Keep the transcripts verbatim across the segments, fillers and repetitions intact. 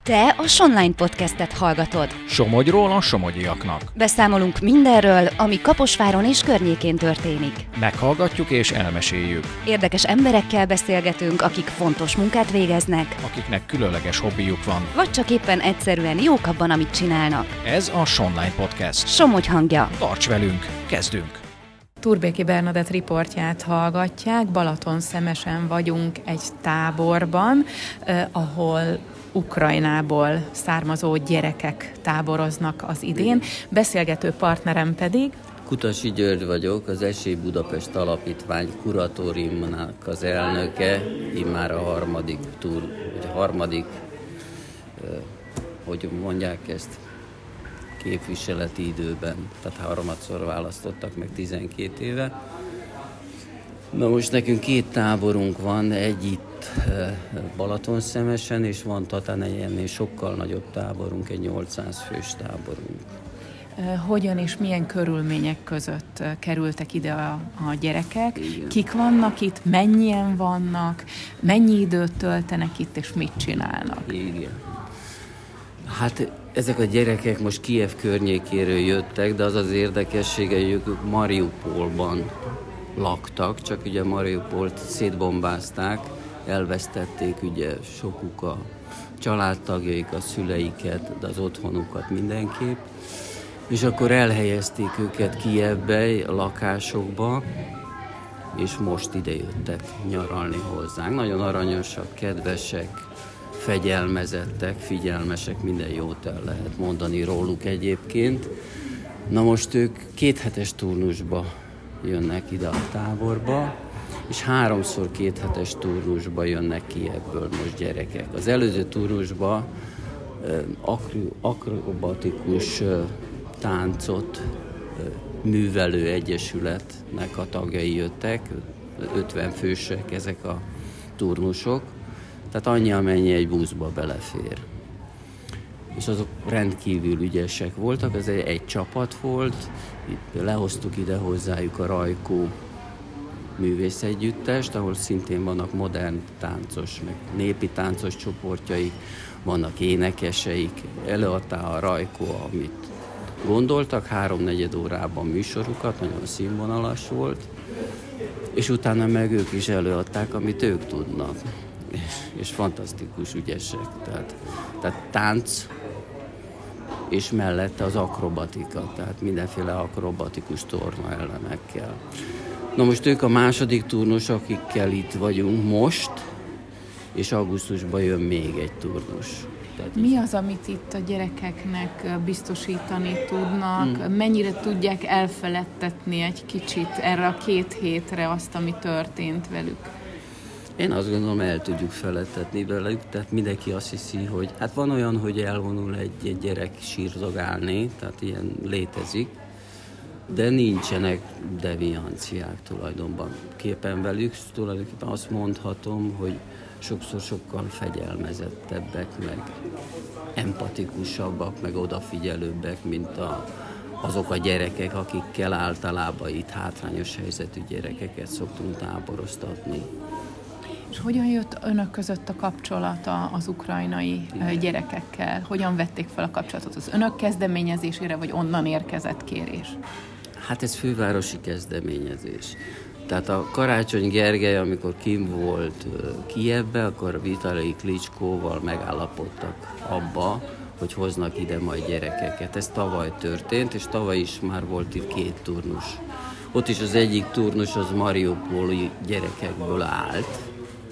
Te a Sonline podcastet hallgatod. Somogyról a somogyiaknak. Beszámolunk mindenről, ami Kaposváron és környékén történik. Meghallgatjuk és elmeséljük. Érdekes emberekkel beszélgetünk, akik fontos munkát végeznek, Akiknek különleges hobbijuk van. vagy csak éppen egyszerűen jók abban, amit csinálnak. Ez a Sonline Podcast. Somogy hangja. Tarts velünk, kezdünk! Turbéki Bernadett riportját hallgatják, Balatonszemesen vagyunk egy táborban, eh, ahol Ukrajnából származó gyerekek táboroznak az idén. Beszélgető partnerem pedig Kutasi György vagyok, az Esély Budapest Alapítvány kuratóriumának az elnöke, immár a harmadik túr, vagy harmadik, eh, hogy mondják ezt, képviseleti időben, tehát harmadszor választottak meg tizenkét éve. Na most nekünk két táborunk van, egy itt Balatonszemesen, és van Tatanhelyen sokkal nagyobb táborunk, egy nyolcszáz fős táborunk. hogyan és milyen körülmények között kerültek ide a, a gyerekek, Igen. Kik vannak itt, mennyien vannak, mennyi időt töltenek itt, és mit csinálnak. Igen. Hát ezek a gyerekek most Kijev környékéről jöttek, de az az érdekessége, hogy ők Mariupolban laktak, csak ugye Mariupolt szétbombázták, elvesztették ugye sokuk a családtagjaik, a szüleiket, de az otthonukat mindenképp. És akkor elhelyezték őket Kijevbe, a lakásokba, és most ide jöttek nyaralni hozzánk. Nagyon aranyosak, kedvesek, fegyelmezettek, figyelmesek, minden jót el lehet mondani róluk egyébként. Na most ők kéthetes turnusba jönnek ide a táborba, és háromszor kéthetes turnusba jönnek ki ebből most gyerekek. Az előző turnusba akri- akrobatikus táncot művelő egyesületnek a tagjai jöttek, ötven fősek ezek a turnusok, tehát annyi, amennyi egy buszba belefér. És azok rendkívül ügyesek voltak, ez egy, egy csapat volt, itt lehoztuk ide hozzájuk a Rajkó művészegyüttest, ahol szintén vannak modern táncos, meg népi táncos csoportjaik, vannak énekeseik, előadta a Rajkó, amit gondoltak, háromnegyed órában műsorukat, nagyon színvonalas volt, és utána meg ők is előadták, amit ők tudnak. És, és fantasztikus ügyesek, tehát, tehát tánc, és mellette az akrobatika, tehát mindenféle akrobatikus torna elemekkel. Na most ők a második turnus, akikkel itt vagyunk most, és augusztusban jön még egy turnus. Tehát Mi az, amit itt a gyerekeknek biztosítani tudnak? Hmm. Mennyire tudják elfeledtetni egy kicsit erre a két hétre azt, ami történt velük? Én azt gondolom, el tudjuk feledtetni velük, tehát mindenki azt hiszi, hogy hát van olyan, hogy elvonul egy, egy gyerek sírdogálni, tehát ilyen létezik, de nincsenek devianciák tulajdonban képen velük. Tulajdonképpen azt mondhatom, hogy sokszor sokkal fegyelmezettebbek, meg empatikusabbak, meg odafigyelőbbek, mint a, azok a gyerekek, akikkel általában itt hátrányos helyzetű gyerekeket szoktunk táboroztatni. És hogyan jött önök között a kapcsolata az ukrajnai Igen. gyerekekkel? Hogyan vették fel a kapcsolatot az önök kezdeményezésére, vagy onnan érkezett kérés? Hát ez fővárosi kezdeményezés. Tehát a Karácsony Gergely, amikor kim volt Kijevbe, akkor Vitali Klitschkóval megállapodtak abba, hogy hoznak ide majd gyerekeket. Ez tavaly történt, és tavaly is már volt itt két turnus. Ott is az egyik turnus az mariupoli gyerekekből állt,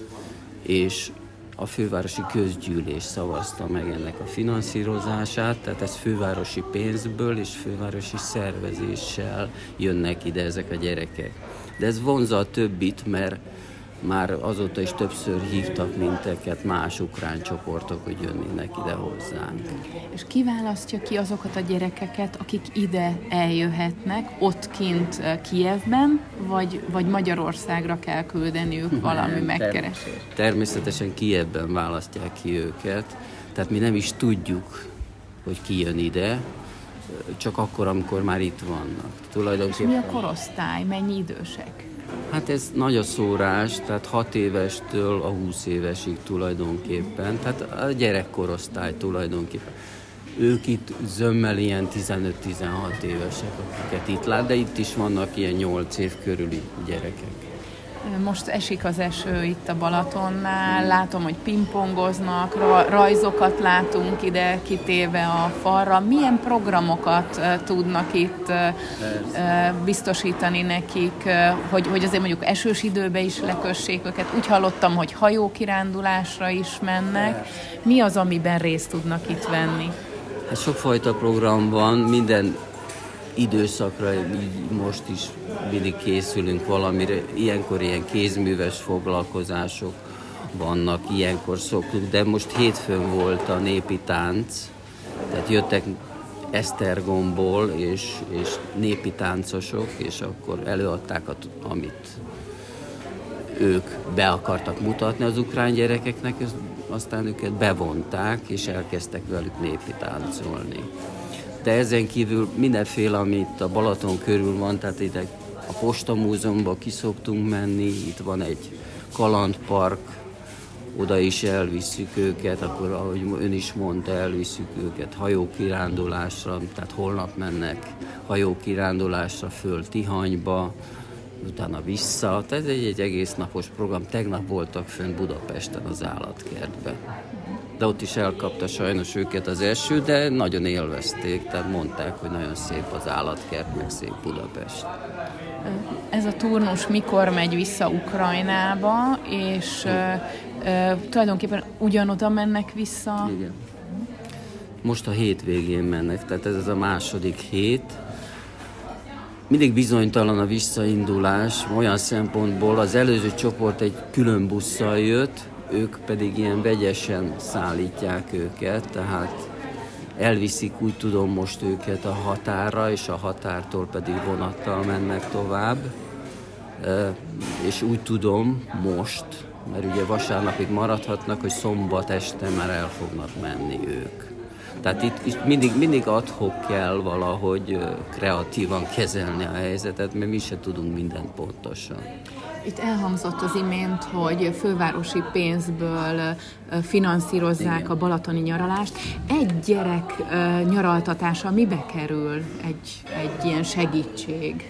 és a fővárosi közgyűlés szavazta meg ennek a finanszírozását, tehát ez fővárosi pénzből és fővárosi szervezéssel jönnek ide ezek a gyerekek. De ez vonzza a többit, mert már azóta is többször hívtak minteket más ukrán csoportok, hogy jönnének ide hozzánk. És ki választja ki azokat a gyerekeket, akik ide eljöhetnek, ott kint Kijevben, vagy, vagy Magyarországra kell küldeniük valami Nem, megkeresést? Természetesen Kijevben választják ki őket, tehát mi nem is tudjuk, hogy ki jön ide. csak akkor, amikor már itt vannak. Tulajdonképpen... És mi a korosztály? Mennyi idősek? Hát ez nagy a szórás, tehát hat évestől a húsz évesig tulajdonképpen, tehát a gyerekkorosztály tulajdonképpen. Ők itt zömmel ilyen tizenöt-tizenhat évesek, akiket itt lát, de itt is vannak ilyen nyolc év körüli gyerekek. Most esik az eső itt a Balatonnál, látom, hogy pingpongoznak, rajzokat látunk ide kitéve a falra. Milyen programokat tudnak itt biztosítani nekik, hogy, hogy azért mondjuk esős időben is lekössék őket? Úgy hallottam, hogy hajókirándulásra is mennek. Mi az, amiben részt tudnak itt venni? Hát sokfajta program van, minden időszakra, így most is mindig készülünk valamire. Ilyenkor ilyen kézműves foglalkozások vannak, ilyenkor szoktuk, de most hétfőn volt a népi tánc, tehát jöttek Esztergomból és, és népi táncosok, és akkor előadták, amit ők be akartak mutatni az ukrán gyerekeknek, aztán őket bevonták, és elkezdtek velük népi táncolni. De ezen kívül mindenféle, amit a Balaton körül van, tehát ide a Postamúzeumba ki szoktunk menni, itt van egy kalandpark, oda is elvisszük őket, akkor ahogy ön is mondta, elvisszük őket hajókirándulásra, tehát holnap mennek hajókirándulásra föl Tihanyba, utána vissza, tehát ez egy, egy egész napos program. Tegnap voltak fönn Budapesten az állatkertben. De ott is elkapta sajnos őket az eső, de nagyon élvezték, tehát mondták, hogy nagyon szép az állatkert, meg szép Budapest. Ez a turnus mikor megy vissza Ukrajnába, és e, e, tulajdonképpen ugyanoda mennek vissza? Igen. Most a hétvégén mennek, tehát ez az a második hét. Mindig bizonytalan a visszaindulás, olyan szempontból az előző csoport egy külön busszal jött, ők pedig ilyen vegyesen szállítják őket, tehát elviszik, úgy tudom, most őket a határra, és a határtól pedig vonattal mennek tovább. És úgy tudom most, mert ugye vasárnapig maradhatnak, hogy szombat este már el fognak menni ők. Tehát itt, itt mindig, mindig ad-hoc kell valahogy kreatívan kezelni a helyzetet, mert mi se tudunk mindent pontosan. Itt elhangzott az imént, hogy fővárosi pénzből finanszírozzák Igen. a balatoni nyaralást. Egy gyerek nyaraltatása mibe kerül egy, egy ilyen segítség?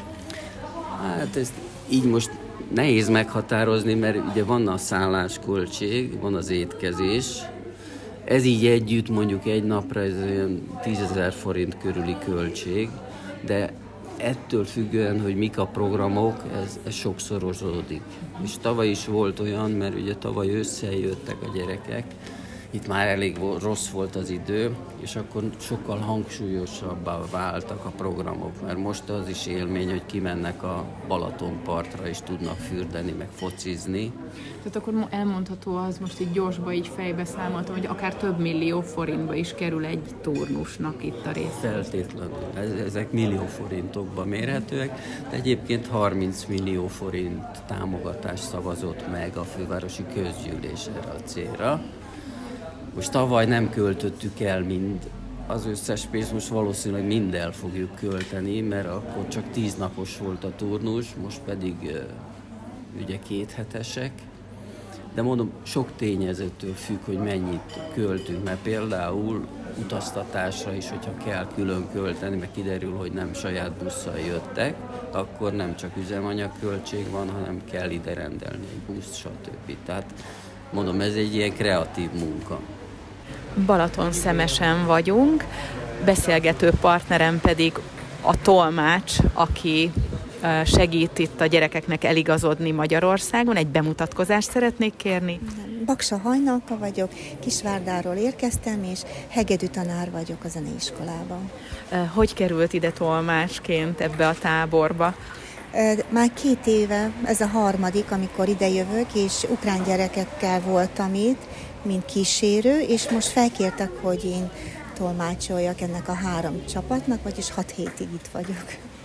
Hát ezt így most nehéz meghatározni, mert ugye van a szállásköltség, van az étkezés. Ez így együtt mondjuk egy napra ez olyan tízezer forint körüli költség, de ettől függően, hogy mik a programok, ez, ez sokszorozódik. És tavaly is volt olyan, mert ugye tavaly ősszel jöttek a gyerekek, itt már elég rossz volt az idő, és akkor sokkal hangsúlyosabbá váltak a programok, mert most az is élmény, hogy kimennek a Balatonpartra, és tudnak fürdeni, meg focizni. Tehát akkor elmondható az, most így gyorsba így fejbe számoltam, hogy akár több millió forintba is kerül egy turnusnak itt a része. Feltétlenül. Ezek millió forintokba mérhetőek, de egyébként harminc millió forint támogatást szavazott meg a fővárosi közgyűlés erre a célra. Most tavaly nem költöttük el mind az összes pénzt, most valószínűleg mind el fogjuk költeni, mert akkor csak tíz napos volt a turnus, most pedig ugye kéthetesek. De mondom, sok tényezőtől függ, hogy mennyit költünk, mert például utaztatásra is, hogyha kell külön költeni, mert kiderül, hogy nem saját busszal jöttek, akkor nem csak üzemanyagköltség van, hanem kell ide rendelni egy buszt, stb. Tehát mondom, ez egy ilyen kreatív munka. Balatonszemesen vagyunk, beszélgető partnerem pedig a tolmács, aki segít itt a gyerekeknek eligazodni Magyarországon. Egy bemutatkozást szeretnék kérni. Baksa Hajnalka vagyok, Kisvárdáról érkeztem, és hegedű tanár vagyok a zeneiskolában. Hogy került ide tolmácsként ebbe a táborba? Már két éve, ez a harmadik, amikor ide jövök, és ukrán gyerekekkel voltam itt, mint kísérő, és most felkértek, hogy én tolmácsoljak ennek a három csapatnak, vagyis hat hétig itt vagyok.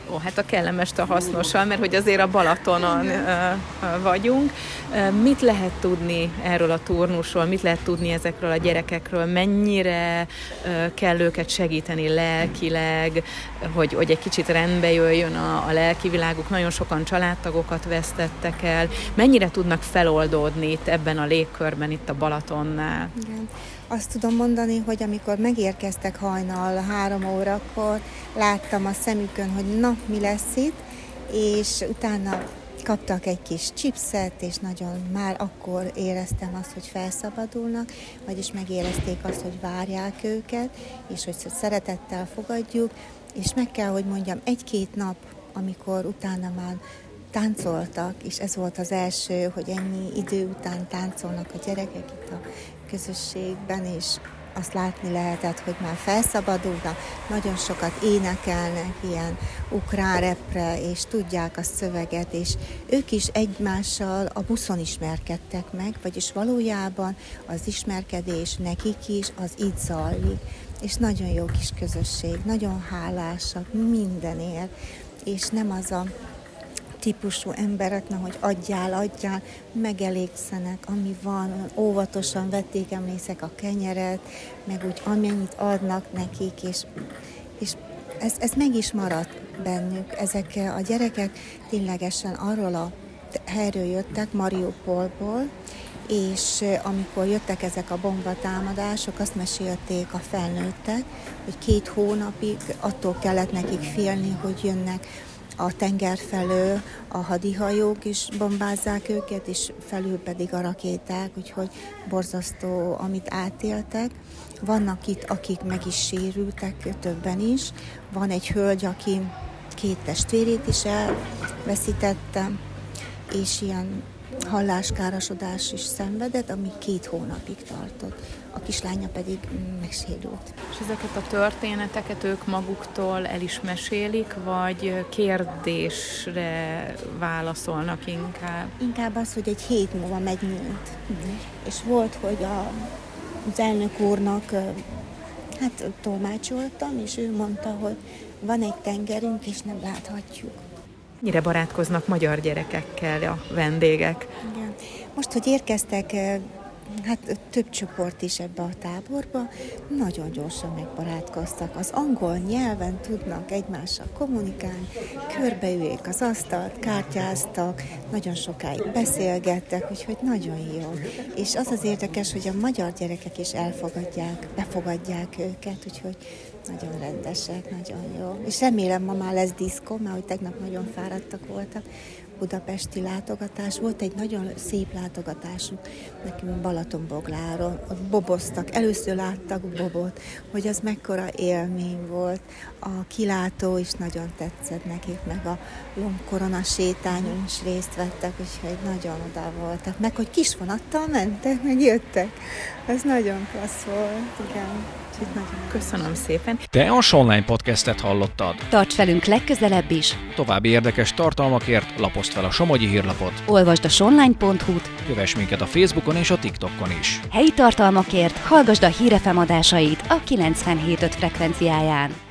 Ó, hát a kellemest a hasznossal, mert hogy azért a Balatonon uh, uh, vagyunk. Uh, mit lehet tudni erről a turnusról, mit lehet tudni ezekről a gyerekekről, mennyire uh, kell őket segíteni lelkileg, hogy, hogy egy kicsit rendbe jöjjön a, a lelki világuk. Nagyon sokan családtagokat vesztettek el. Mennyire tudnak feloldódni itt ebben a légkörben, itt a Balatonnál? Igen. Azt tudom mondani, hogy amikor megérkeztek hajnal három órakor, láttam a szemükön, hogy na, mi lesz itt, és utána kaptak egy kis chipset, és nagyon már akkor éreztem azt, hogy felszabadulnak, vagyis megérezték azt, hogy várják őket, és hogy szeretettel fogadjuk, és meg kell, hogy mondjam, egy-két nap, amikor utána már táncoltak, és ez volt az első, hogy ennyi idő után táncolnak a gyerekek itt a közösségben, és azt látni lehetett, hogy már felszabadulnak, nagyon sokat énekelnek ilyen ukrán repre, és tudják a szöveget, és ők is egymással a buszon ismerkedtek meg, vagyis valójában az ismerkedés nekik is az itt zajlik, és nagyon jó kis közösség, nagyon hálásak mindenért, és nem az a típusú emberek, na, hogy adjál, adjál, megelégszenek, ami van, óvatosan vették, emlékszek a kenyeret, meg úgy amennyit adnak nekik, és, és ez, ez meg is maradt bennük. Ezek a gyerekek ténylegesen arról a helyről jöttek, Mariupolból, és amikor jöttek ezek a bombatámadások, azt mesélték a felnőttek, hogy két hónapig attól kellett nekik félni, hogy jönnek a tenger felől a hadihajók is bombázzák őket, és felül pedig a rakéták, úgyhogy borzasztó, amit átéltek. Vannak itt, akik meg is sérültek, többen is. Van egy hölgy, aki két testvérét is elveszítette, és ilyen halláskárosodás is szenvedett, ami két hónapig tartott. A kislánya pedig megsérült. És ezeket a történeteket ők maguktól el is mesélik, vagy kérdésre válaszolnak inkább? Inkább az, hogy egy hét múlva megy nyújt. Uh-huh. És volt, hogy a, az elnök úrnak hát tolmácsoltam, és ő mondta, hogy van egy tengerünk, és nem láthatjuk. Mire barátkoznak magyar gyerekekkel a vendégek? Igen. Most, hogy érkeztek, hát több csoport is ebbe a táborba, nagyon gyorsan megbarátkoztak. Az angol nyelven tudnak egymással kommunikálni, körbeüljék az asztalt, kártyáztak, nagyon sokáig beszélgettek, úgyhogy nagyon jó. És az az érdekes, hogy a magyar gyerekek is elfogadják, befogadják őket, úgyhogy nagyon rendesek, nagyon jó. És remélem, ma már lesz diszkó, mert hogy tegnap nagyon fáradtak voltak. Budapesti látogatás, volt egy nagyon szép látogatásuk nekünk Balatonbogláron, ott boboztak, először láttak bobot, hogy az mekkora élmény volt, a kilátó is nagyon tetszett nekik, meg a lombkorona sétányon is részt vettek, úgyhogy nagyon oda voltak, meg hogy kisvonattal mentek, meg jöttek, ez nagyon klassz volt, igen. Köszönöm szépen. Te a Sonline podcastet hallottad. Tarts velünk legközelebb is. További érdekes tartalmakért lapozd fel a Somogyi hírlapot. Olvasd a sonline pont hu-t. Kövess minket a Facebookon és a TikTokon is. Helyi tartalmakért hallgasd a Hír ef em adásait a kilencvenhét egész öt frekvenciáján.